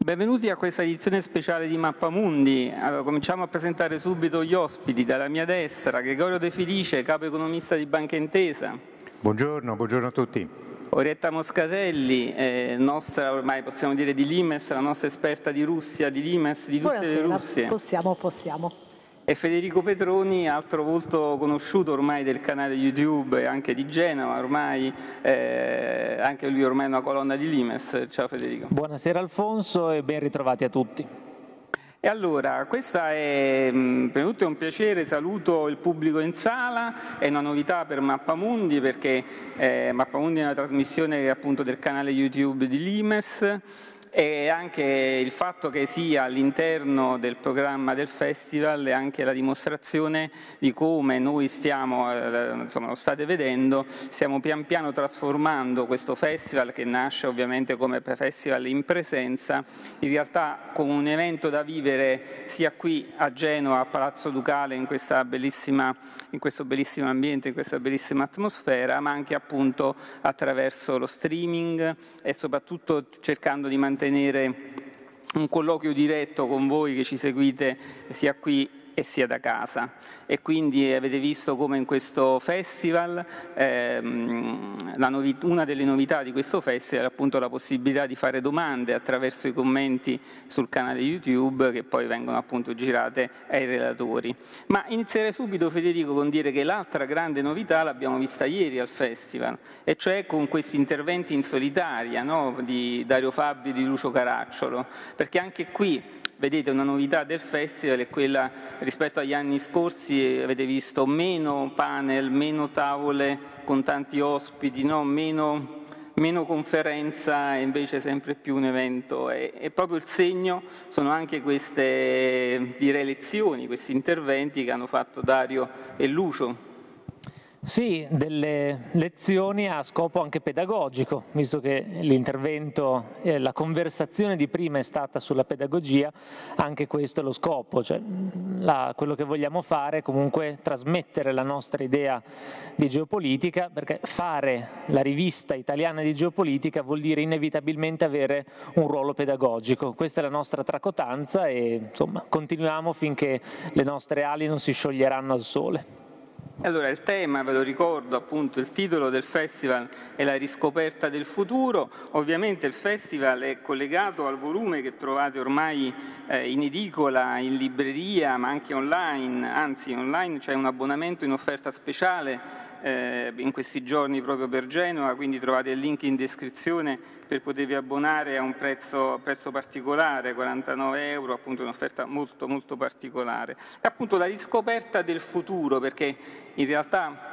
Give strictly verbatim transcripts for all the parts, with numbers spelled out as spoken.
Benvenuti a questa edizione speciale di Mappamundi. Allora, cominciamo a presentare subito gli ospiti. Dalla mia destra, Gregorio De Felice, capo economista di Banca Intesa. Buongiorno, buongiorno a tutti. Orietta Moscatelli, eh, nostra ormai possiamo dire di Limes, la nostra esperta di Russia, di Limes, di tutte Buonasera, le Russie. Possiamo, possiamo. E Federico Petroni, altro volto conosciuto ormai del canale YouTube e anche di Genova, ormai eh, anche lui ormai è una colonna di Limes. Ciao Federico. Buonasera Alfonso e ben ritrovati a tutti. E allora, questa è, per tutto è un piacere, saluto il pubblico in sala, è una novità per Mappamundi perché eh, Mappamundi è una trasmissione appunto del canale YouTube di Limes, e anche il fatto che sia all'interno del programma del festival è anche la dimostrazione di come noi stiamo, eh, insomma lo state vedendo, stiamo pian piano trasformando questo festival, che nasce ovviamente come festival in presenza, in realtà come un evento da vivere sia qui a Genova, a Palazzo Ducale, in, questa bellissima, in questo bellissimo ambiente, in questa bellissima atmosfera, ma anche appunto attraverso lo streaming e soprattutto cercando di mantenere un colloquio diretto con voi che ci seguite sia qui e sia da casa. E quindi avete visto come in questo festival, ehm, la una delle novità di questo festival è appunto la possibilità di fare domande attraverso i commenti sul canale YouTube che poi vengono appunto girate ai relatori. Ma inizierei subito, Federico, con dire che l'altra grande novità l'abbiamo vista ieri al festival, e cioè con questi interventi in solitaria, no? Di Dario Fabbri e di Lucio Caracciolo, perché anche qui vedete una novità del festival è quella rispetto agli anni scorsi, avete visto meno panel, meno tavole con tanti ospiti, no? meno, meno conferenza e invece sempre più un evento, e, e proprio il segno sono anche queste direi lezioni, questi interventi che hanno fatto Dario e Lucio. Sì, delle lezioni a scopo anche pedagogico, visto che l'intervento, eh, la conversazione di prima è stata sulla pedagogia, anche questo è lo scopo, cioè la, quello che vogliamo fare è comunque trasmettere la nostra idea di geopolitica, perché fare la rivista italiana di geopolitica vuol dire inevitabilmente avere un ruolo pedagogico. Questa è la nostra tracotanza e insomma continuiamo finché le nostre ali non si scioglieranno al sole. Allora, il tema, ve lo ricordo, appunto, il titolo del festival è La riscoperta del futuro. Ovviamente il festival è collegato al volume che trovate ormai eh, in edicola, in libreria, ma anche online, anzi online c'è un abbonamento in offerta speciale eh, in questi giorni proprio per Genova, quindi trovate il link in descrizione per potervi abbonare a un prezzo, prezzo particolare, quarantanove euro, appunto un'offerta molto molto particolare. E appunto la riscoperta del futuro, perché in realtà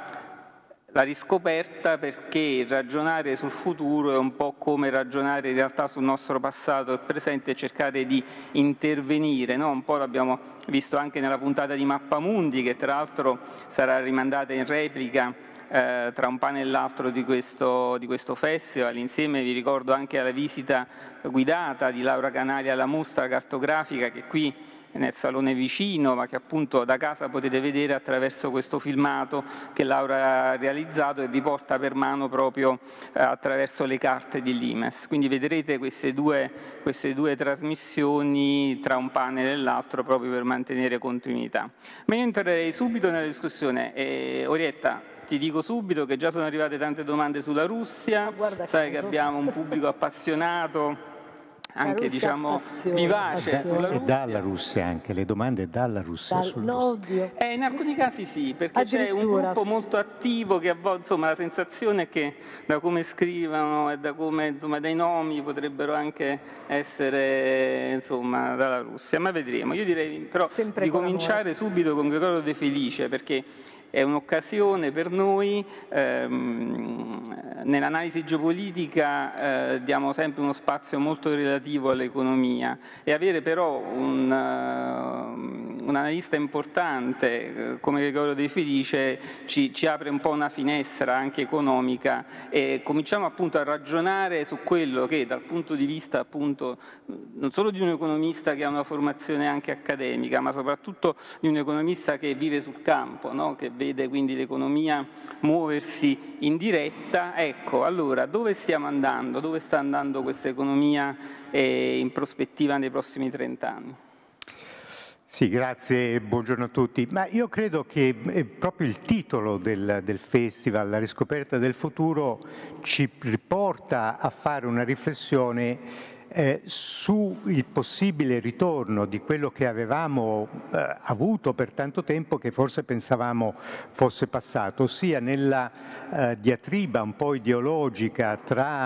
la riscoperta perché ragionare sul futuro è un po' come ragionare in realtà sul nostro passato e presente e cercare di intervenire, no? Un po' l'abbiamo visto anche nella puntata di Mappamundi, che tra l'altro sarà rimandata in replica eh, tra un pane e l'altro di questo, di questo festival. Insieme vi ricordo anche la visita guidata di Laura Canali alla mostra cartografica che qui nel salone vicino, ma che appunto da casa potete vedere attraverso questo filmato che Laura ha realizzato e vi porta per mano proprio eh, attraverso le carte di Limes. Quindi vedrete queste due, queste due trasmissioni tra un panel e l'altro proprio per mantenere continuità. Ma io entrerei subito nella discussione. Eh, Orietta, ti dico subito che già sono arrivate tante domande sulla Russia, sai che abbiamo un pubblico appassionato, anche diciamo vivace passione. sulla Russia. E dalla Russia anche, le domande dalla Russia. Dal, sulla no, Russia. Eh, in alcuni casi sì, perché c'è un gruppo molto attivo che a volte, insomma, la sensazione è che da come scrivono e da come, insomma, dai nomi potrebbero anche essere, insomma, dalla Russia, ma vedremo. Io direi però Sempre di cominciare subito con Gregorio De Felice, perché è un'occasione per noi, ehm, nell'analisi geopolitica eh, diamo sempre uno spazio molto relativo all'economia, e avere però un, uh, un analista importante come Gregorio De Felice ci, ci apre un po' una finestra anche economica e cominciamo appunto a ragionare su quello che dal punto di vista appunto non solo di un economista che ha una formazione anche accademica, ma soprattutto di un economista che vive sul campo, no? Che vede quindi l'economia muoversi in diretta. Ecco, allora dove stiamo andando? Dove sta andando questa economia eh, in prospettiva nei prossimi trent'anni? Sì, grazie, buongiorno a tutti. Ma io credo che eh, proprio il titolo del, del festival, La riscoperta del futuro, ci riporta a fare una riflessione eh, sul possibile ritorno di quello che avevamo eh, avuto per tanto tempo, che forse pensavamo fosse passato, ossia nella eh, diatriba un po' ideologica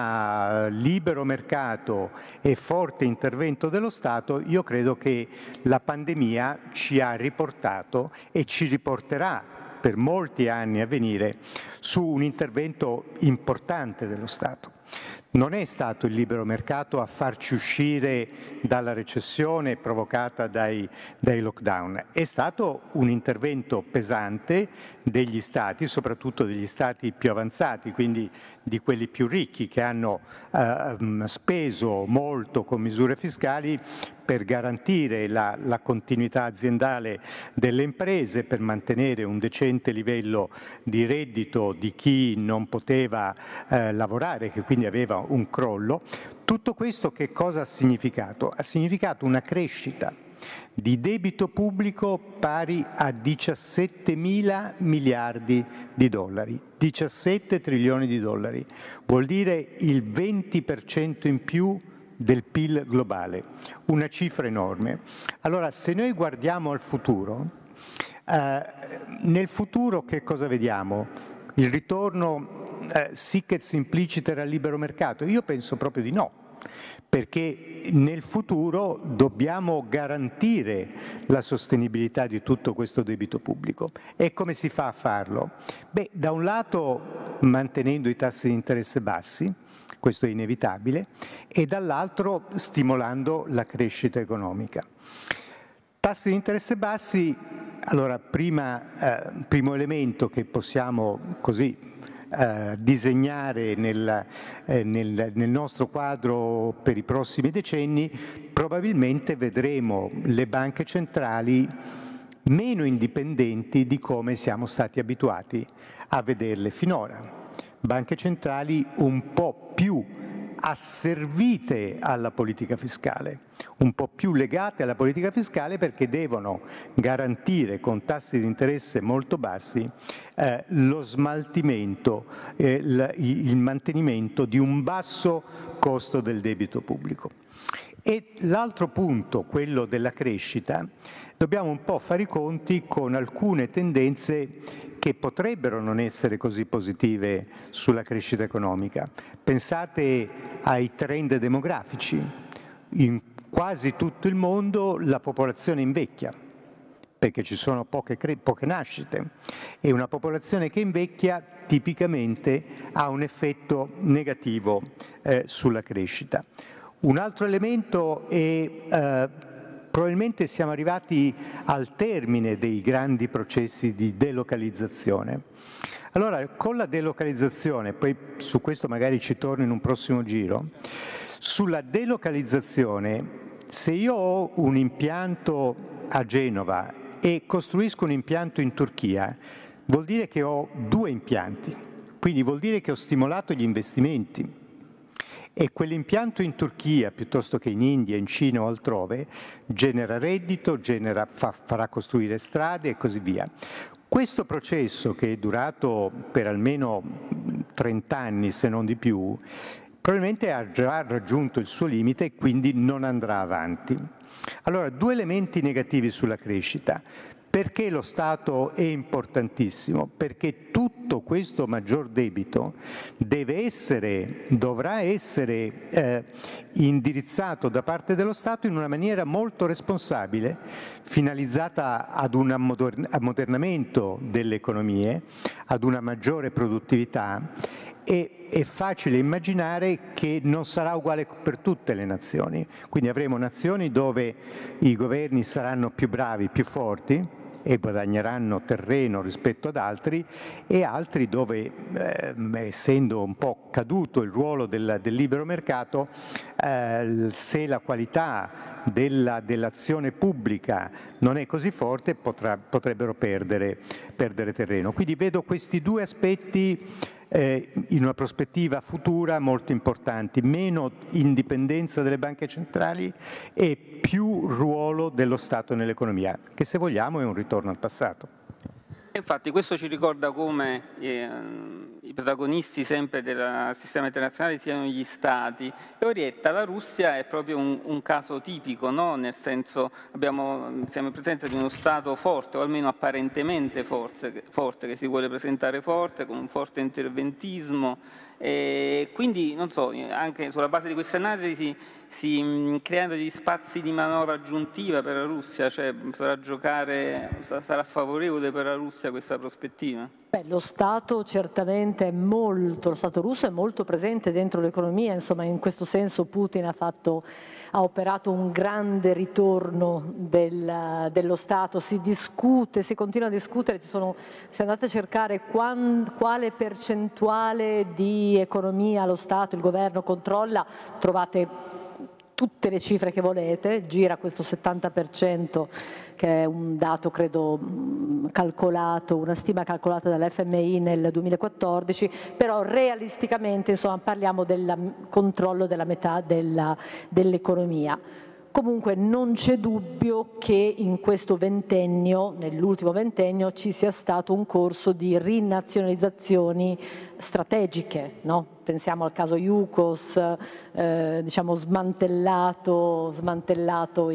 tra libero mercato e forte intervento dello Stato. Io credo che la pandemia ci ha riportato e ci riporterà per molti anni a venire su un intervento importante dello Stato. Non è stato il libero mercato a farci uscire dalla recessione provocata dai, dai lockdown, è stato un intervento pesante degli Stati, soprattutto degli Stati più avanzati, quindi di quelli più ricchi, che hanno eh, speso molto con misure fiscali per garantire la, la continuità aziendale delle imprese, per mantenere un decente livello di reddito di chi non poteva eh, lavorare, che quindi aveva un crollo. Tutto questo che cosa ha significato? Ha significato una crescita di debito pubblico pari a diciassettemila miliardi di dollari, diciassette trilioni di dollari, vuol dire il venti per cento in più del P I L globale, una cifra enorme. Allora, se noi guardiamo al futuro, eh, nel futuro che cosa vediamo? Il ritorno eh, sic et simpliciter al libero mercato? Io penso proprio di no, perché nel futuro dobbiamo garantire la sostenibilità di tutto questo debito pubblico. E come si fa a farlo? Beh, da un lato mantenendo i tassi di interesse bassi, questo è inevitabile, e dall'altro stimolando la crescita economica. Tassi di interesse bassi, allora prima, eh, primo elemento che possiamo così eh, disegnare nel, eh, nel, nel nostro quadro per i prossimi decenni, probabilmente vedremo le banche centrali meno indipendenti di come siamo stati abituati a vederle finora. Banche centrali un po' più asservite alla politica fiscale, un po' più legate alla politica fiscale, perché devono garantire con tassi di interesse molto bassi eh, lo smaltimento, eh, il, il mantenimento di un basso costo del debito pubblico. E l'altro punto, quello della crescita, dobbiamo un po' fare i conti con alcune tendenze che potrebbero non essere così positive sulla crescita economica. Pensate ai trend demografici. In quasi tutto il mondo la popolazione invecchia, perché ci sono poche, poche nascite, e una popolazione che invecchia tipicamente ha un effetto negativo eh, sulla crescita. Un altro elemento è eh, probabilmente siamo arrivati al termine dei grandi processi di delocalizzazione. Allora, con la delocalizzazione, poi su questo magari ci torno in un prossimo giro, sulla delocalizzazione, se io ho un impianto a Genova e costruisco un impianto in Turchia, vuol dire che ho due impianti, quindi vuol dire che ho stimolato gli investimenti. E quell'impianto in Turchia, piuttosto che in India, in Cina o altrove, genera reddito, genera, fa, farà costruire strade e così via. Questo processo, che è durato per almeno trent'anni, se non di più, probabilmente ha già raggiunto il suo limite e quindi non andrà avanti. Allora, due elementi negativi sulla crescita. Perché lo Stato è importantissimo? Perché tutto questo maggior debito deve essere, dovrà essere eh, indirizzato da parte dello Stato in una maniera molto responsabile, finalizzata ad un ammodernamento delle economie, ad una maggiore produttività e è facile immaginare che non sarà uguale per tutte le nazioni. Quindi avremo nazioni dove i governi saranno più bravi, più forti e guadagneranno terreno rispetto ad altri, e altri dove, eh, essendo un po' caduto il ruolo del, del libero mercato, eh, se la qualità della, dell'azione pubblica non è così forte, potrà, potrebbero perdere, perdere terreno. Quindi vedo questi due aspetti eh, in una prospettiva futura molto importanti: meno indipendenza delle banche centrali e più ruolo dello Stato nell'economia, che se vogliamo è un ritorno al passato. Infatti questo ci ricorda come eh, i protagonisti sempre del sistema internazionale siano gli Stati. E Orietta, la Russia è proprio un, un caso tipico, no? Nel senso abbiamo, siamo in presenza di uno Stato forte, o almeno apparentemente forte, forte, che si vuole presentare forte, con un forte interventismo. E quindi, non so, anche sulla base di queste analisi si mh, creano degli spazi di manovra aggiuntiva per la Russia, cioè sarà giocare, sarà favorevole per la Russia questa prospettiva? Beh, lo Stato certamente è molto, lo Stato russo è molto presente dentro l'economia, insomma in questo senso Putin ha, fatto, ha operato un grande ritorno del, dello Stato, si discute, si continua a discutere, ci sono, se andate a cercare quant, quale percentuale di economia lo Stato, il governo controlla, trovate tutte le cifre che volete, gira questo settanta per cento che è un dato credo calcolato, una stima calcolata dall'F M I nel duemilaquattordici, però realisticamente insomma parliamo del controllo della metà dell'economia. Comunque non c'è dubbio che in questo ventennio, nell'ultimo ventennio, ci sia stato un corso di rinazionalizzazioni strategiche, no? Pensiamo al caso Yukos, eh, diciamo smantellato, smantellato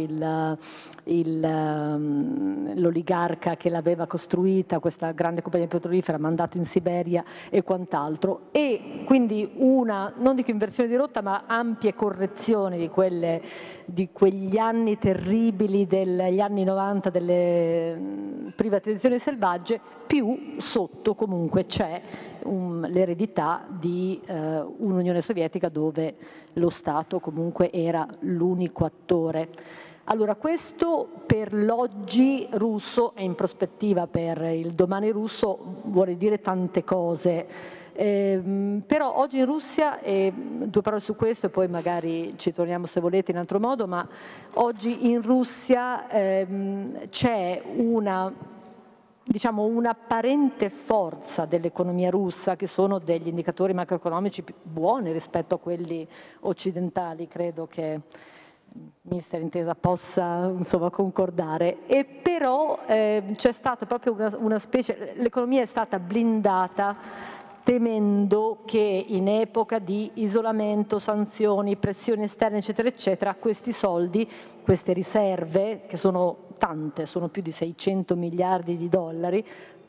l'oligarca che l'aveva costruita, questa grande compagnia petrolifera, mandato in Siberia e quant'altro, e quindi una, non dico inversione di rotta, ma ampie correzioni di, quelle, di quegli anni terribili degli anni novanta delle privatizzazioni selvagge, più sotto comunque c'è Um, l'eredità di uh, un'Unione Sovietica dove lo Stato comunque era l'unico attore. Allora questo per l'oggi russo e in prospettiva per il domani russo vuole dire tante cose, eh, però oggi in Russia, e due parole su questo e poi magari ci torniamo se volete in altro modo, ma oggi in Russia ehm, c'è una diciamo un'apparente forza dell'economia russa, che sono degli indicatori macroeconomici più buoni rispetto a quelli occidentali, credo che Mister Intesa possa insomma concordare, e però eh, c'è stata proprio una, una specie, l'economia è stata blindata temendo che in epoca di isolamento, sanzioni, pressioni esterne eccetera eccetera, questi soldi, queste riserve che sono tante, sono più di seicento miliardi di dollari,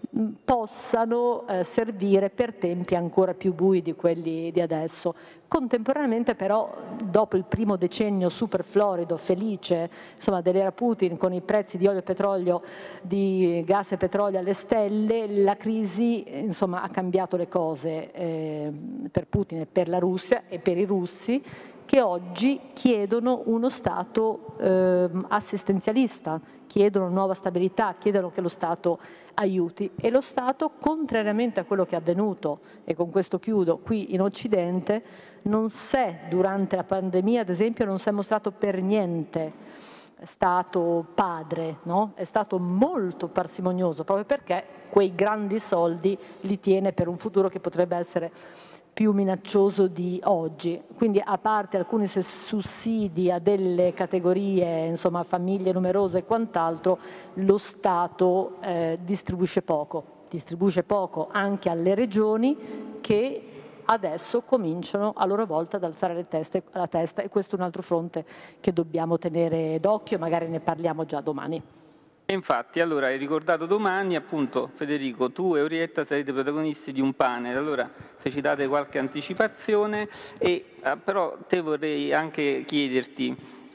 possano eh, servire per tempi ancora più bui di quelli di adesso. Contemporaneamente però, dopo il primo decennio super florido, felice, insomma, dell'era Putin, con i prezzi di olio e petrolio, di gas e petrolio alle stelle, la crisi insomma ha cambiato le cose eh, per Putin e per la Russia e per i russi, che oggi chiedono uno Stato eh, assistenzialista, chiedono nuova stabilità, chiedono che lo Stato aiuti, e lo Stato, contrariamente a quello che è avvenuto, e con questo chiudo, qui in Occidente, non s'è, durante la pandemia ad esempio, non si è mostrato per niente Stato padre, no? È stato molto parsimonioso, proprio perché quei grandi soldi li tiene per un futuro che potrebbe essere più minaccioso di oggi. Quindi, a parte alcuni sussidi a delle categorie, insomma famiglie numerose e quant'altro, lo Stato eh, distribuisce poco, distribuisce poco anche alle regioni, che adesso cominciano a loro volta ad alzare le teste, la testa, e questo è un altro fronte che dobbiamo tenere d'occhio, magari ne parliamo già domani. E infatti, allora, hai ricordato domani, appunto, Federico, tu e Orietta sarete protagonisti di un panel, allora se ci date qualche anticipazione, e eh, però te vorrei anche chiederti,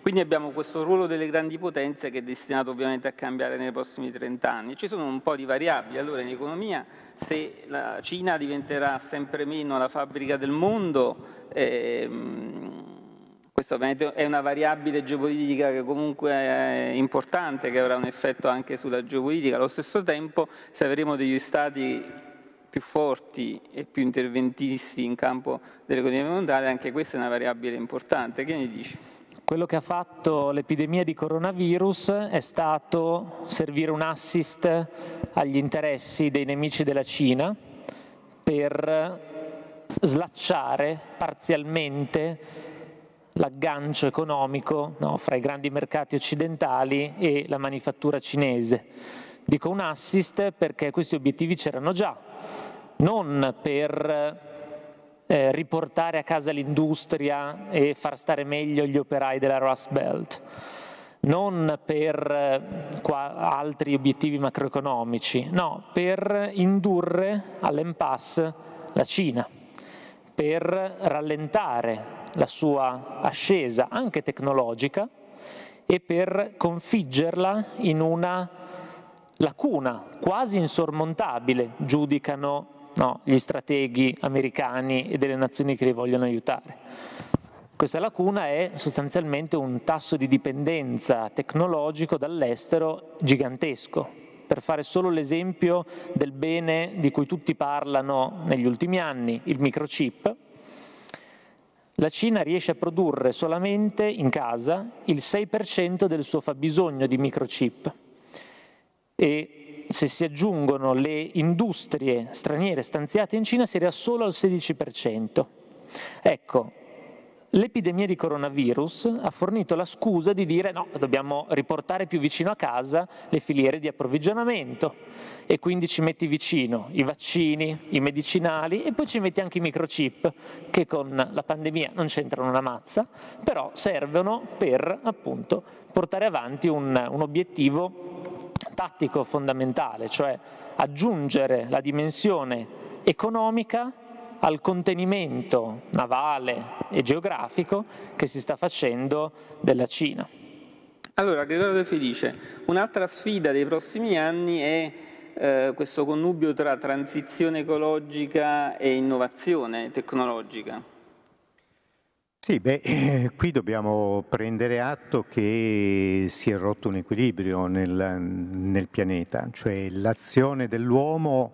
Quindi abbiamo questo ruolo delle grandi potenze che è destinato ovviamente a cambiare nei prossimi trent'anni. Ci sono un po' di variabili. Allora in economia, se la Cina diventerà sempre meno la fabbrica del mondo, ehm, questa ovviamente è una variabile geopolitica che comunque è importante, che avrà un effetto anche sulla geopolitica. Allo stesso tempo, se avremo degli stati più forti e più interventisti in campo dell'economia mondiale, anche questa è una variabile importante. Che ne dici? Quello che ha fatto l'epidemia di coronavirus è stato servire un assist agli interessi dei nemici della Cina per slacciare parzialmente l'aggancio economico, no, fra i grandi mercati occidentali e la manifattura cinese. Dico un assist perché questi obiettivi c'erano già, non per eh, riportare a casa l'industria e far stare meglio gli operai della Rust Belt, non per eh, qua, altri obiettivi macroeconomici, no, per indurre all'impasse la Cina, per rallentare la sua ascesa anche tecnologica e per configgerla in una lacuna quasi insormontabile, giudicano no, gli strateghi americani e delle nazioni che li vogliono aiutare. Questa lacuna è sostanzialmente un tasso di dipendenza tecnologico dall'estero gigantesco. Per fare solo l'esempio del bene di cui tutti parlano negli ultimi anni, il microchip, la Cina riesce a produrre solamente in casa il sei per cento del suo fabbisogno di microchip e se si aggiungono le industrie straniere stanziate in Cina si arriva solo al sedici per cento. Ecco, l'epidemia di coronavirus ha fornito la scusa di dire no, dobbiamo riportare più vicino a casa le filiere di approvvigionamento e quindi ci metti vicino i vaccini, i medicinali e poi ci metti anche i microchip che con la pandemia non c'entrano una mazza, però servono per appunto portare avanti un, un obiettivo tattico fondamentale, cioè aggiungere la dimensione economica al contenimento navale e geografico che si sta facendo della Cina. Allora, Gregorio De Felice, un'altra sfida dei prossimi anni è eh, questo connubio tra transizione ecologica e innovazione tecnologica. Sì, beh, eh, qui dobbiamo prendere atto che si è rotto un equilibrio nel, nel pianeta, cioè l'azione dell'uomo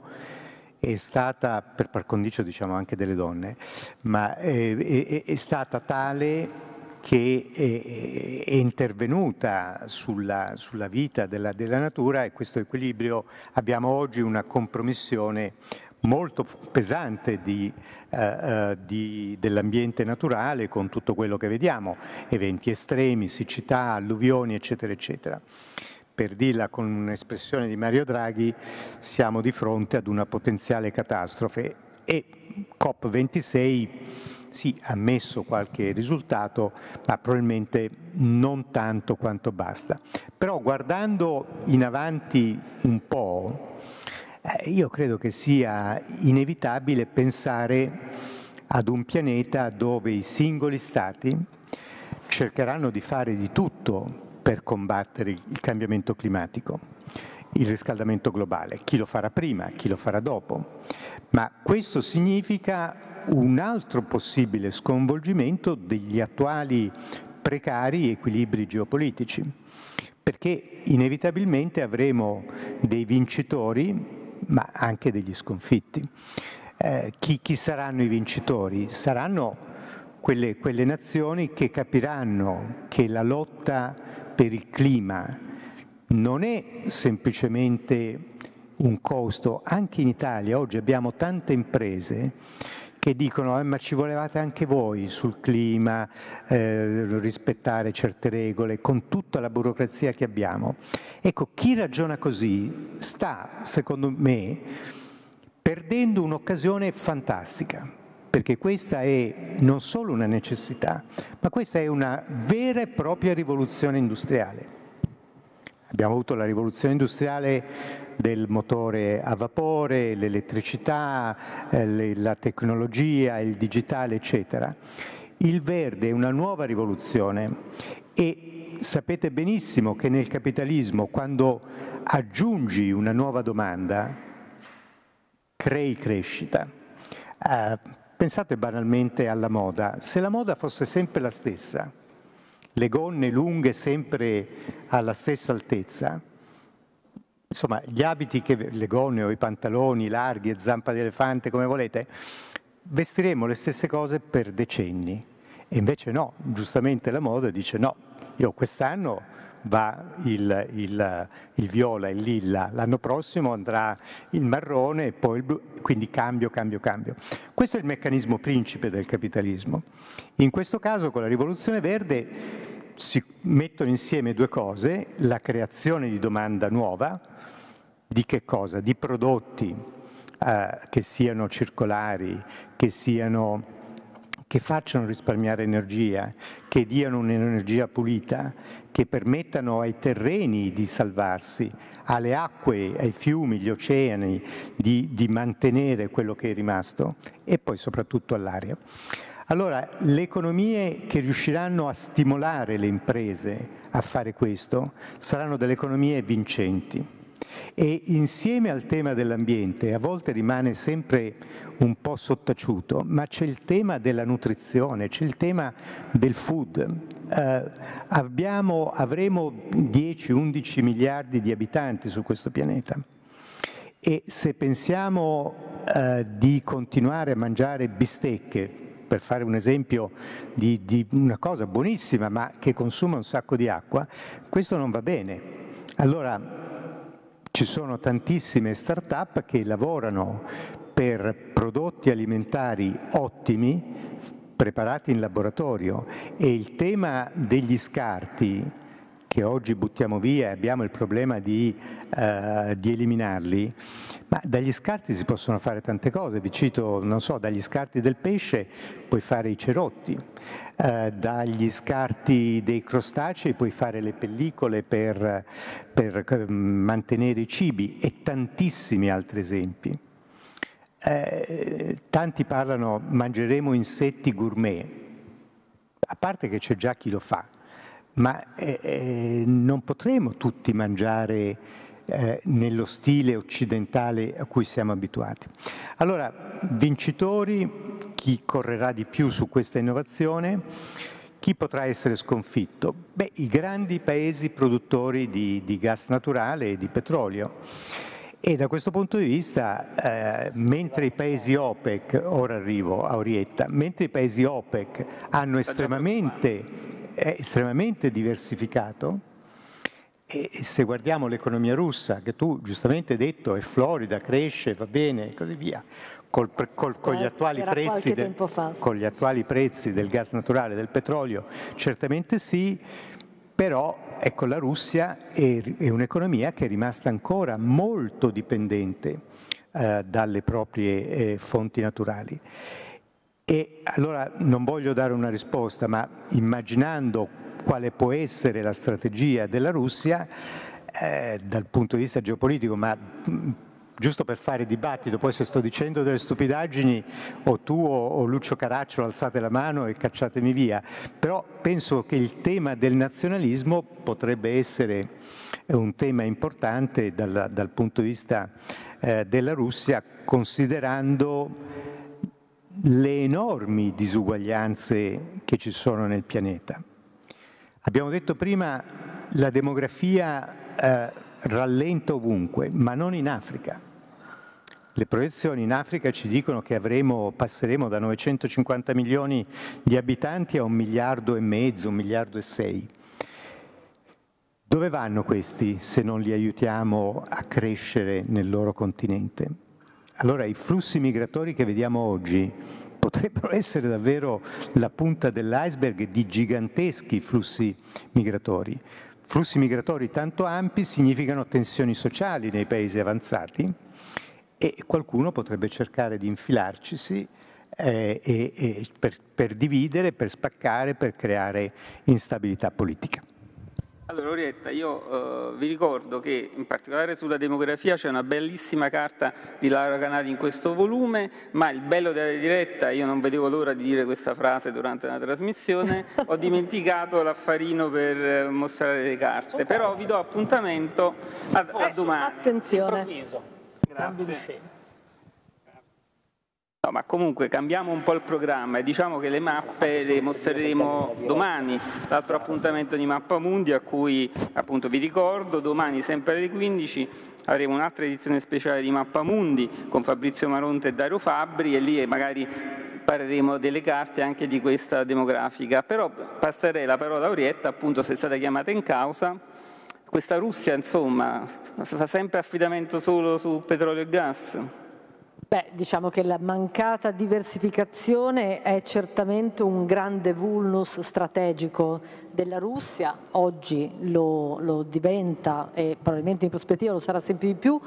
è stata, per par condicio diciamo anche delle donne, ma è, è, è stata tale che è, è intervenuta sulla, sulla vita della, della natura e questo equilibrio abbiamo oggi una compromissione molto pesante di, uh, di, dell'ambiente naturale con tutto quello che vediamo, eventi estremi, siccità, alluvioni, eccetera, eccetera. Per dirla con un'espressione di Mario Draghi, siamo di fronte ad una potenziale catastrofe e COP ventisei sì, ha messo qualche risultato, ma probabilmente non tanto quanto basta. Però guardando in avanti un po', eh, io credo che sia inevitabile pensare ad un pianeta dove i singoli stati cercheranno di fare di tutto per combattere il cambiamento climatico, il riscaldamento globale. Chi lo farà prima, chi lo farà dopo. Ma questo significa un altro possibile sconvolgimento degli attuali precari equilibri geopolitici, perché inevitabilmente avremo dei vincitori, ma anche degli sconfitti. Eh, chi, chi saranno i vincitori? Saranno quelle, quelle nazioni che capiranno che la lotta per il clima non è semplicemente un costo. Anche in Italia oggi abbiamo tante imprese che dicono eh, ma ci volevate anche voi sul clima, eh, rispettare certe regole, con tutta la burocrazia che abbiamo. Ecco, chi ragiona così sta, secondo me, perdendo un'occasione fantastica, perché questa è non solo una necessità, ma questa è una vera e propria rivoluzione industriale. Abbiamo avuto la rivoluzione industriale del motore a vapore, l'elettricità, eh, la tecnologia, il digitale, eccetera. Il verde è una nuova rivoluzione E sapete benissimo che nel capitalismo, quando aggiungi una nuova domanda, crei crescita. Eh, pensate banalmente alla moda. Se la moda fosse sempre la stessa, le gonne lunghe sempre alla stessa altezza, insomma, gli abiti, che, le gonne o i pantaloni larghi e zampa di elefante, come volete, vestiremo le stesse cose per decenni. E invece no, giustamente la moda dice no, io quest'anno va il, il, il viola, il lilla, l'anno prossimo andrà il marrone e poi il blu, quindi cambio, cambio, cambio. Questo è il meccanismo principe del capitalismo. In questo caso con la rivoluzione verde si mettono insieme due cose, la creazione di domanda nuova, di che cosa? Di prodotti eh, che siano circolari, che siano che facciano risparmiare energia, che diano un'energia pulita, che permettano ai terreni di salvarsi, alle acque, ai fiumi, agli oceani, di, di mantenere quello che è rimasto e poi soprattutto all'aria. Allora, le economie che riusciranno a stimolare le imprese a fare questo saranno delle economie vincenti. E insieme al tema dell'ambiente, a volte rimane sempre un po' sottaciuto, ma c'è il tema della nutrizione, c'è il tema del food. Eh, abbiamo, avremo dieci undici miliardi di abitanti su questo pianeta e se pensiamo eh, di continuare a mangiare bistecche, per fare un esempio di, di una cosa buonissima ma che consuma un sacco di acqua, questo non va bene. Allora, ci sono tantissime start-up che lavorano per prodotti alimentari ottimi, preparati in laboratorio, e il tema degli scarti, che oggi buttiamo via e abbiamo il problema di, uh, di eliminarli, ma dagli scarti si possono fare tante cose. Vi cito, non so, dagli scarti del pesce puoi fare i cerotti, uh, dagli scarti dei crostacei puoi fare le pellicole per, per uh, mantenere i cibi e tantissimi altri esempi. Eh, tanti parlano, mangeremo insetti gourmet, a parte che c'è già chi lo fa, ma eh, non potremo tutti mangiare eh, nello stile occidentale a cui siamo abituati. Allora, vincitori, chi correrà di più su questa innovazione, chi potrà essere sconfitto? Beh, i grandi paesi produttori di, di gas naturale e di petrolio. E da questo punto di vista, eh, mentre i paesi OPEC, ora arrivo a Orietta, mentre i paesi OPEC hanno estremamente, eh, estremamente diversificato, e se guardiamo l'economia russa, che tu giustamente hai detto è florida, cresce, va bene e così via, col, col, con, gli attuali prezzi del, con gli attuali prezzi del gas naturale, del petrolio, certamente sì, però ecco, la Russia è, è un'economia che è rimasta ancora molto dipendente eh, dalle proprie eh, fonti naturali. E allora non voglio dare una risposta, ma immaginando quale può essere la strategia della Russia eh, dal punto di vista geopolitico, ma mh, giusto per fare dibattito, poi se sto dicendo delle stupidaggini o tu o, o Lucio Caracciolo alzate la mano e cacciatemi via, però penso che il tema del nazionalismo potrebbe essere un tema importante dal, dal punto di vista eh, della Russia, considerando le enormi disuguaglianze che ci sono nel pianeta. Abbiamo detto prima la demografia eh, rallenta ovunque, ma non in Africa. Le proiezioni in Africa ci dicono che avremo, passeremo da novecentocinquanta milioni di abitanti a un miliardo e mezzo, un miliardo e sei. Dove vanno questi se non li aiutiamo a crescere nel loro continente? Allora i flussi migratori che vediamo oggi potrebbero essere davvero la punta dell'iceberg di giganteschi flussi migratori. Flussi migratori tanto ampi significano tensioni sociali nei paesi avanzati e qualcuno potrebbe cercare di infilarcisi eh, e, e per, per dividere, per spaccare, per creare instabilità politica. Allora Orietta, io eh, vi ricordo che in particolare sulla demografia c'è una bellissima carta di Laura Canali in questo volume, ma il bello della diretta, io non vedevo l'ora di dire questa frase durante la trasmissione, ho dimenticato l'affarino per mostrare le carte, okay. Però vi do appuntamento a, a domani. Attenzione. Grazie. No, ma comunque cambiamo un po' il programma e diciamo che le mappe le mostreremo domani, l'altro appuntamento di Mappamundi a cui appunto vi ricordo, domani sempre alle quindici avremo un'altra edizione speciale di Mappamundi con Fabrizio Maronte e Dario Fabbri e lì magari parleremo delle carte anche di questa demografica, però passerei la parola a Orietta, appunto se è stata chiamata in causa. Questa Russia insomma fa sempre affidamento solo su petrolio e gas? Beh, diciamo che la mancata diversificazione è certamente un grande vulnus strategico della Russia, oggi lo, lo diventa e probabilmente in prospettiva lo sarà sempre di più,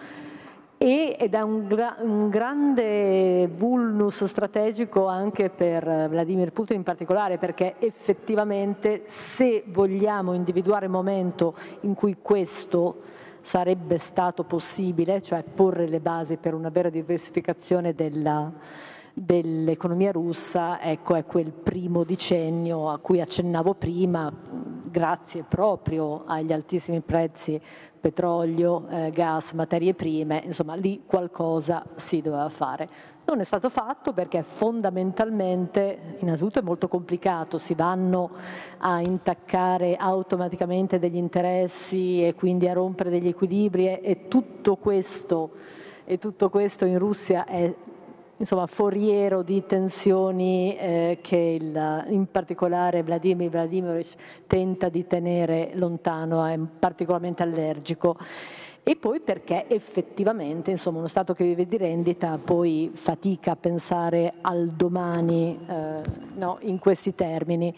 e, ed è un, un grande vulnus strategico anche per Vladimir Putin in particolare, perché effettivamente se vogliamo individuare il momento in cui questo sarebbe stato possibile, cioè porre le basi per una vera diversificazione della, dell'economia russa, ecco, è quel primo decennio a cui accennavo prima, grazie proprio agli altissimi prezzi petrolio, eh, gas, materie prime, insomma lì qualcosa si doveva fare. Non è stato fatto perché fondamentalmente, innanzitutto è molto complicato, si vanno a intaccare automaticamente degli interessi e quindi a rompere degli equilibri e, e tutto questo, e tutto questo in Russia è insomma foriero di tensioni eh, che il, in particolare Vladimir Vladimirovich tenta di tenere lontano, è particolarmente allergico. E poi perché effettivamente, insomma, uno Stato che vive di rendita poi fatica a pensare al domani eh, no, in questi termini.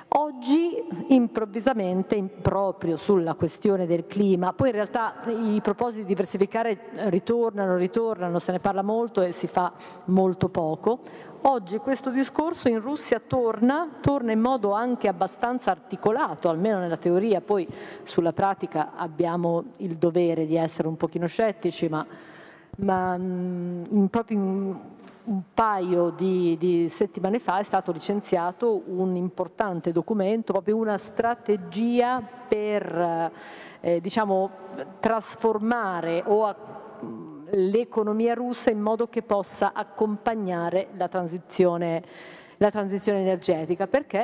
Oggi improvvisamente, proprio sulla questione del clima, poi in realtà i propositi di diversificare ritornano, ritornano, se ne parla molto e si fa molto poco. Oggi questo discorso in Russia torna, torna in modo anche abbastanza articolato, almeno nella teoria, poi sulla pratica abbiamo il dovere di essere un pochino scettici, ma, ma in, proprio in un paio di, di settimane fa è stato licenziato un importante documento, proprio una strategia per eh, diciamo, trasformare o a, l'economia russa in modo che possa accompagnare la transizione, la transizione energetica,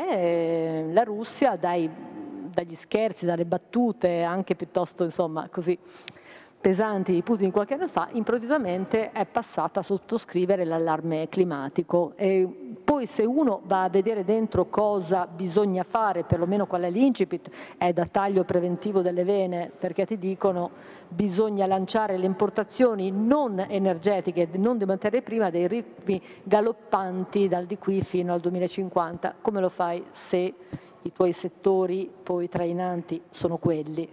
perché la Russia dai, dagli scherzi, dalle battute anche piuttosto insomma così pesanti di Putin qualche anno fa, improvvisamente è passata a sottoscrivere l'allarme climatico. E poi se uno va a vedere dentro cosa bisogna fare, perlomeno qual è l'incipit, è da taglio preventivo delle vene, perché ti dicono bisogna lanciare le importazioni non energetiche, non di materie prime, dei ritmi galoppanti dal di qui fino al duemilacinquanta. Come lo fai se i tuoi settori poi trainanti sono quelli?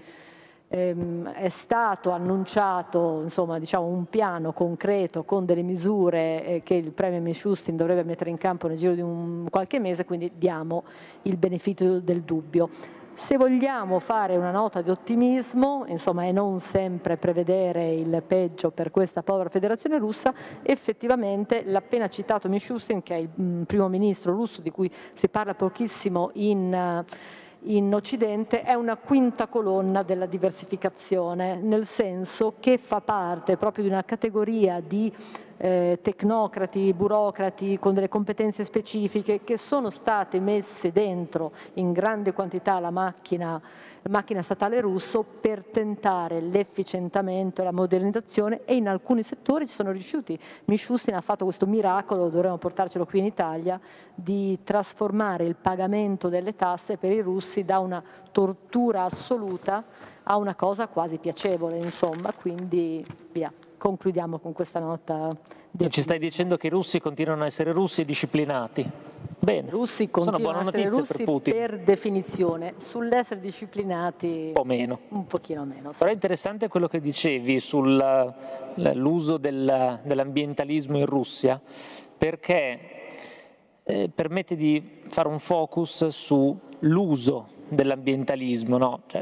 È stato annunciato insomma, diciamo, un piano concreto con delle misure eh, che il Premier Mishustin dovrebbe mettere in campo nel giro di un, qualche mese, quindi diamo il beneficio del dubbio. Se vogliamo fare una nota di ottimismo, insomma, e non sempre prevedere il peggio per questa povera federazione russa, effettivamente l'appena citato Mishustin, che è il mh, primo ministro russo di cui si parla pochissimo in... Uh, in Occidente, è una quinta colonna della diversificazione, nel senso che fa parte proprio di una categoria di eh, tecnocrati, burocrati con delle competenze specifiche che sono state messe dentro in grande quantità alla macchina, macchina statale russo per tentare l'efficientamento e la modernizzazione, e in alcuni settori ci sono riusciti. Mishustin ha fatto questo miracolo, dovremmo portarcelo qui in Italia, di trasformare il pagamento delle tasse per i russi da una tortura assoluta a una cosa quasi piacevole, insomma, quindi via. Concludiamo con questa nota. E ci stai dicendo che i russi continuano a essere russi e disciplinati. Bene, I russi continuano a essere russi per, Putin. per definizione, sull'essere disciplinati un po' meno. Un pochino meno. Sì. Però è interessante quello che dicevi sull'uso del, dell'ambientalismo in Russia, perché eh, permette di fare un focus sull'uso dell'ambientalismo, no? Cioè,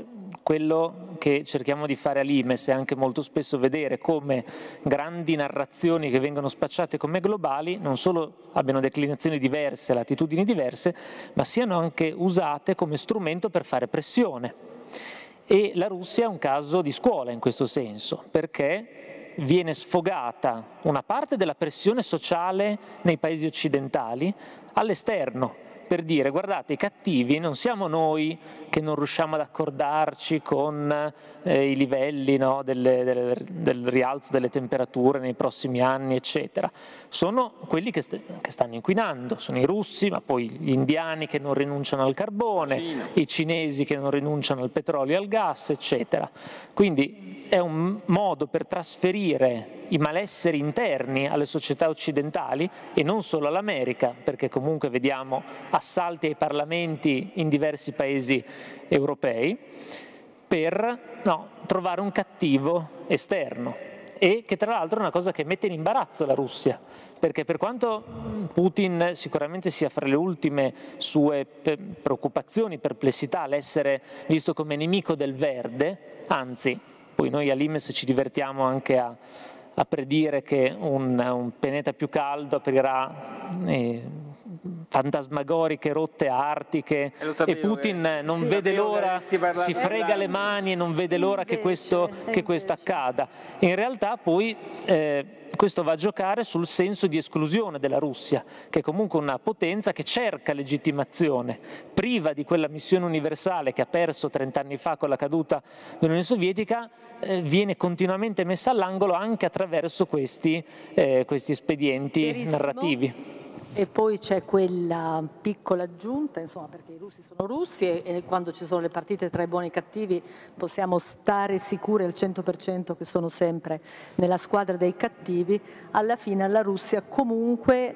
quello che cerchiamo di fare all'Imes è anche molto spesso vedere come grandi narrazioni che vengono spacciate come globali non solo abbiano declinazioni diverse, latitudini diverse, ma siano anche usate come strumento per fare pressione. E la Russia è un caso di scuola in questo senso, perché viene sfogata una parte della pressione sociale nei paesi occidentali all'esterno, per dire guardate i cattivi non siamo noi che non riusciamo ad accordarci con eh, i livelli, no, delle, delle, del rialzo delle temperature nei prossimi anni eccetera, sono quelli che, st che stanno inquinando, sono i russi, ma poi gli indiani che non rinunciano al carbone, i cinesi che non rinunciano al petrolio e al gas eccetera. Quindi è un modo per trasferire i malesseri interni alle società occidentali e non solo all'America, perché comunque vediamo assalti ai parlamenti in diversi paesi europei, per no, trovare un cattivo esterno, e che tra l'altro è una cosa che mette in imbarazzo la Russia, perché per quanto Putin sicuramente sia fra le ultime sue preoccupazioni, perplessità, l'essere visto come nemico del verde, anzi, poi noi all'Imes ci divertiamo anche a a predire che un, un pianeta più caldo aprirà eh, fantasmagoriche rotte artiche e, e Putin che, non sì, vede l'ora, si frega le mani e non vede l'ora che questo, che questo accada. In realtà poi eh, questo va a giocare sul senso di esclusione della Russia, che è comunque una potenza che cerca legittimazione, priva di quella missione universale che ha perso trent'anni fa con la caduta dell'Unione Sovietica, eh, viene continuamente messa all'angolo anche attraverso questi, eh, questi espedienti Verissimo. narrativi. E poi c'è quella piccola aggiunta, insomma, perché i russi sono russi e, e quando ci sono le partite tra i buoni e i cattivi possiamo stare sicuri al cento per cento che sono sempre nella squadra dei cattivi. Alla fine alla Russia comunque,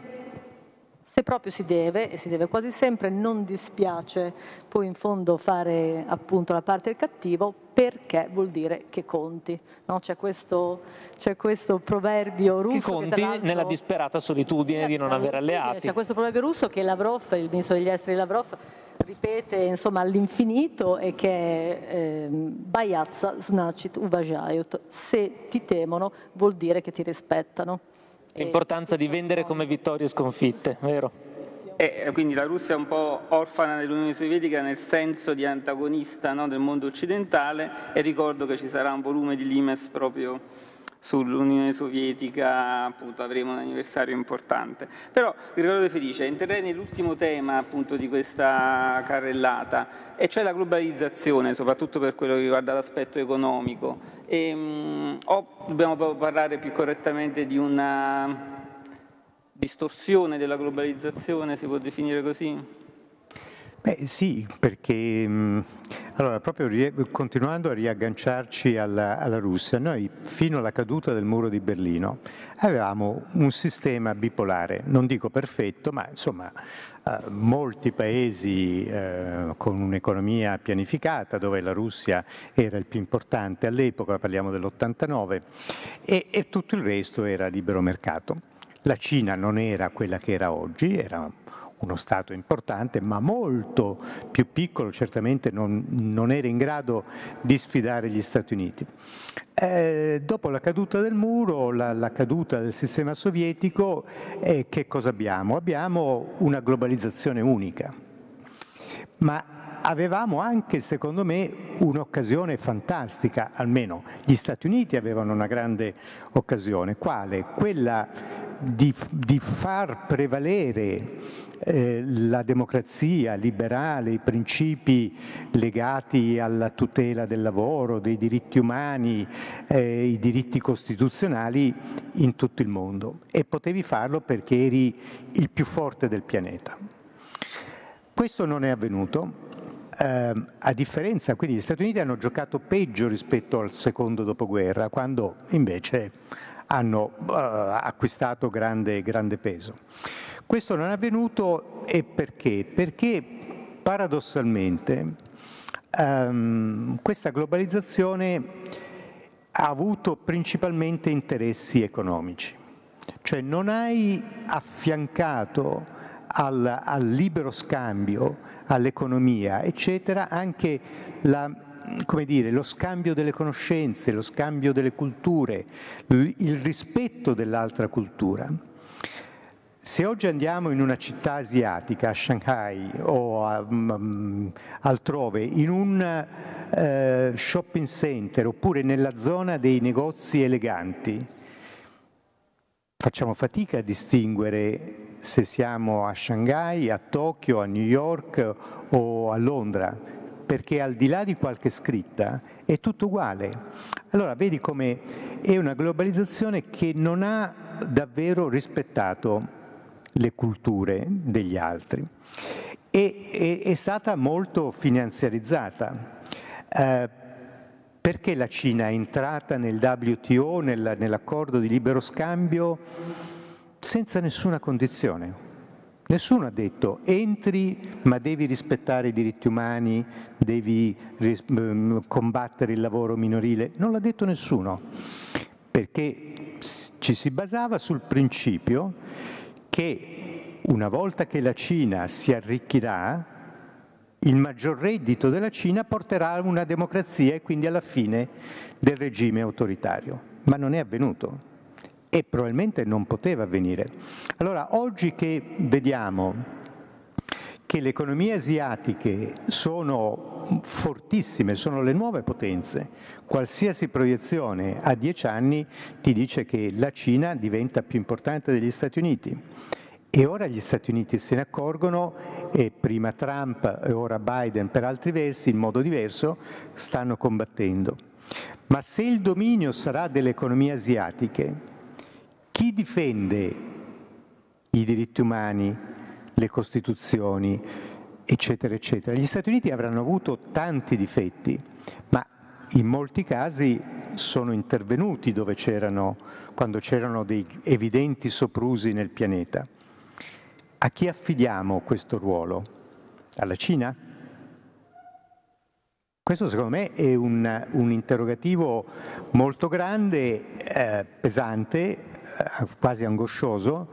se proprio si deve, e si deve quasi sempre, non dispiace poi in fondo fare appunto la parte del cattivo, perché vuol dire che conti, no? C'è questo, c'è questo proverbio russo che conti che nella disperata solitudine di non avere alleati. C'è questo proverbio russo che Lavrov, il ministro degli esteri Lavrov, ripete insomma all'infinito, e che è Boятся, значит уважают, se ti temono vuol dire che ti rispettano. L'importanza di vendere come vittorie sconfitte, vero? E quindi la Russia è un po' orfana dell'Unione Sovietica nel senso di antagonista, no, del mondo occidentale, e ricordo che ci sarà un volume di Limes proprio sull'Unione Sovietica, appunto avremo un anniversario importante. Però Gregorio De Felice, interrei nell'ultimo tema appunto di questa carrellata, e cioè la globalizzazione, soprattutto per quello che riguarda l'aspetto economico. E, mh, o dobbiamo parlare più correttamente di una distorsione della globalizzazione, si può definire così? Beh sì, perché mh, allora, proprio continuando a riagganciarci alla, alla Russia, noi fino alla caduta del muro di Berlino avevamo un sistema bipolare, non dico perfetto, ma insomma eh, molti paesi eh, con un'economia pianificata, dove la Russia era il più importante all'epoca, parliamo dell'ottantanove, e, e tutto il resto era libero mercato. La Cina non era quella che era oggi, era uno Stato importante, ma molto più piccolo, certamente non, non era in grado di sfidare gli Stati Uniti. Eh, dopo la caduta del muro, la, la caduta del sistema sovietico, eh, che cosa abbiamo? Abbiamo una globalizzazione unica, ma avevamo anche, secondo me, un'occasione fantastica, almeno gli Stati Uniti avevano una grande occasione. Quale? Quella di, di far prevalere eh, la democrazia liberale, i principi legati alla tutela del lavoro, dei diritti umani, eh, i diritti costituzionali in tutto il mondo, e potevi farlo perché eri il più forte del pianeta. Questo non è avvenuto. Eh, a differenza, quindi gli Stati Uniti hanno giocato peggio rispetto al secondo dopoguerra, quando invece hanno uh, acquistato grande, grande peso. Questo non è avvenuto, e perché? Perché paradossalmente um, questa globalizzazione ha avuto principalmente interessi economici, cioè non hai affiancato al, al libero scambio, all'economia, eccetera, anche la come dire, lo scambio delle conoscenze, lo scambio delle culture, il rispetto dell'altra cultura. Se oggi andiamo in una città asiatica, a Shanghai o a, um, altrove, in un uh, shopping center oppure nella zona dei negozi eleganti, facciamo fatica a distinguere se siamo a Shanghai, a Tokyo, a New York o a Londra, perché al di là di qualche scritta è tutto uguale. Allora vedi come è una globalizzazione che non ha davvero rispettato le culture degli altri e è, è stata molto finanziarizzata. Eh, perché la Cina è entrata nel W T O, nel, nell'accordo di libero scambio, senza nessuna condizione? Nessuno ha detto entri ma devi rispettare i diritti umani, devi ris- combattere il lavoro minorile. Non l'ha detto nessuno, perché ci si basava sul principio che una volta che la Cina si arricchirà, il maggior reddito della Cina porterà a una democrazia e quindi alla fine del regime autoritario. Ma non è avvenuto e probabilmente non poteva avvenire. Allora, oggi che vediamo che le economie asiatiche sono fortissime, sono le nuove potenze, qualsiasi proiezione a dieci anni ti dice che la Cina diventa più importante degli Stati Uniti. E ora gli Stati Uniti se ne accorgono e prima Trump e ora Biden per altri versi, in modo diverso, stanno combattendo. Ma se il dominio sarà delle economie asiatiche, chi difende i diritti umani, le costituzioni, eccetera, eccetera? Gli Stati Uniti avranno avuto tanti difetti, ma in molti casi sono intervenuti dove c'erano, quando c'erano dei evidenti soprusi nel pianeta. A chi affidiamo questo ruolo? Alla Cina? Questo secondo me è un, un interrogativo molto grande, eh, pesante, eh, quasi angoscioso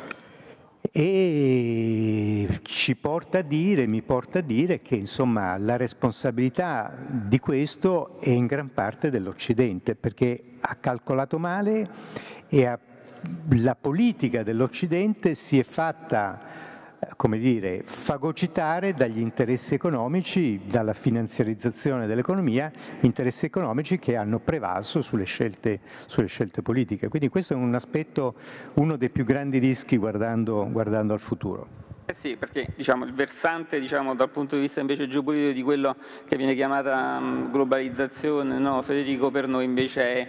e ci porta a dire, mi porta a dire che insomma la responsabilità di questo è in gran parte dell'Occidente, perché ha calcolato male e ha la politica dell'Occidente si è fatta, come dire, fagocitare dagli interessi economici, dalla finanziarizzazione dell'economia, interessi economici che hanno prevalso sulle scelte, sulle scelte politiche. Quindi questo è un aspetto, uno dei più grandi rischi guardando, guardando al futuro. Eh sì, perché diciamo, il versante diciamo, dal punto di vista invece geopolitico di quello che viene chiamata um, globalizzazione, no, Federico, per noi invece è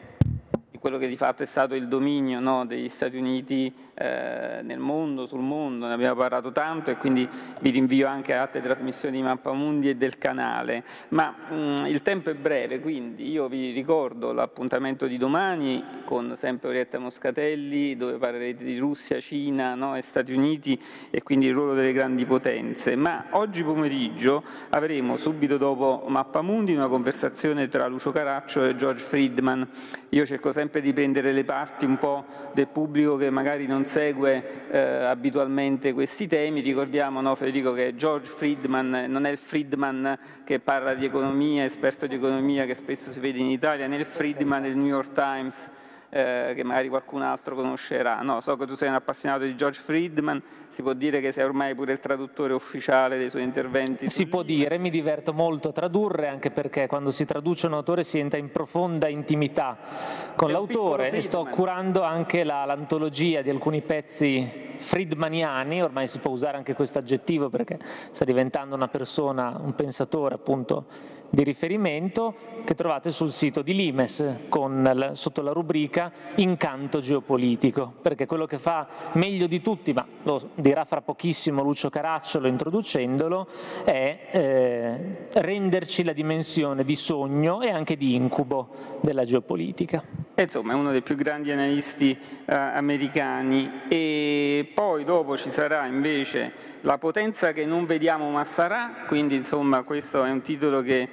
quello che di fatto è stato il dominio, no, degli Stati Uniti eh, nel mondo, sul mondo, ne abbiamo parlato tanto e quindi vi rinvio anche a altre trasmissioni di Mappamundi e del canale, ma mh, il tempo è breve, quindi io vi ricordo l'appuntamento di domani con sempre Orietta Moscatelli, dove parlerete di Russia, Cina, no, e Stati Uniti e quindi il ruolo delle grandi potenze, ma oggi pomeriggio avremo subito dopo Mappamundi una conversazione tra Lucio Caraccio e George Friedman. Io cerco sempre di prendere le parti un po' del pubblico che magari non segue eh, abitualmente questi temi. Ricordiamo, no, Federico, che George Friedman non è il Friedman che parla di economia, esperto di economia che spesso si vede in Italia, né il Friedman del New York Times eh, che magari qualcun altro conoscerà. No, so che tu sei un appassionato di George Friedman, si può dire che sei ormai pure il traduttore ufficiale dei suoi interventi. Si può dire, mi diverto molto a tradurre, anche perché quando si traduce un autore si entra in profonda intimità con l'autore e sto curando anche la, l'antologia di alcuni pezzi friedmaniani, ormai si può usare anche questo aggettivo perché sta diventando una persona, un pensatore appunto di riferimento, che trovate sul sito di Limes con, sotto la rubrica Incanto geopolitico, perché quello che fa meglio di tutti, ma lo dirà fra pochissimo Lucio Caracciolo introducendolo, è eh, renderci la dimensione di sogno e anche di incubo della geopolitica. Insomma, è uno dei più grandi analisti eh, americani. E poi dopo ci sarà invece La potenza che non vediamo ma sarà, quindi insomma questo è un titolo che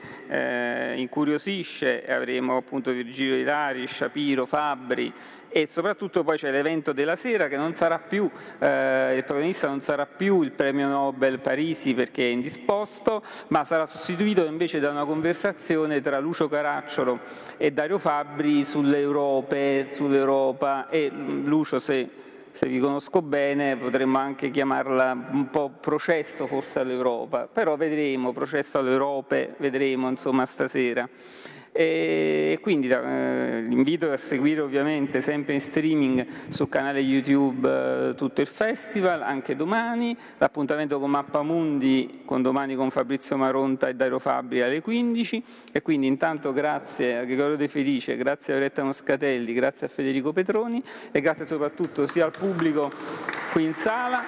eh, incuriosisce, avremo appunto Virgilio Ilari, Shapiro, Fabbri e soprattutto poi c'è l'evento della sera che non sarà più, eh, il protagonista non sarà più il premio Nobel Parisi perché è indisposto, ma sarà sostituito invece da una conversazione tra Lucio Caracciolo e Dario Fabbri sull'Europa, sull'Europa e Lucio, se, se vi conosco bene, potremmo anche chiamarla un po' processo forse all'Europa, però vedremo, processo all'Europa, vedremo insomma stasera. E quindi eh, l'invito a seguire ovviamente sempre in streaming sul canale YouTube eh, tutto il festival, anche domani, l'appuntamento con Mappamundi con domani con Fabrizio Maronta e Dario Fabbri alle quindici e quindi intanto grazie a Gregorio De Felice, grazie a Loretta Moscatelli, grazie a Federico Petroni e grazie soprattutto sia al pubblico qui in sala.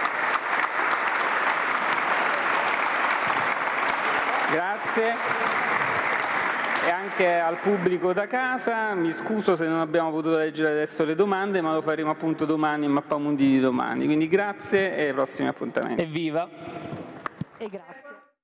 Grazie. E anche al pubblico da casa, mi scuso se non abbiamo potuto leggere adesso le domande, ma lo faremo appunto domani in Mappamundi di domani. Quindi grazie e ai prossimi appuntamenti. Evviva! E grazie.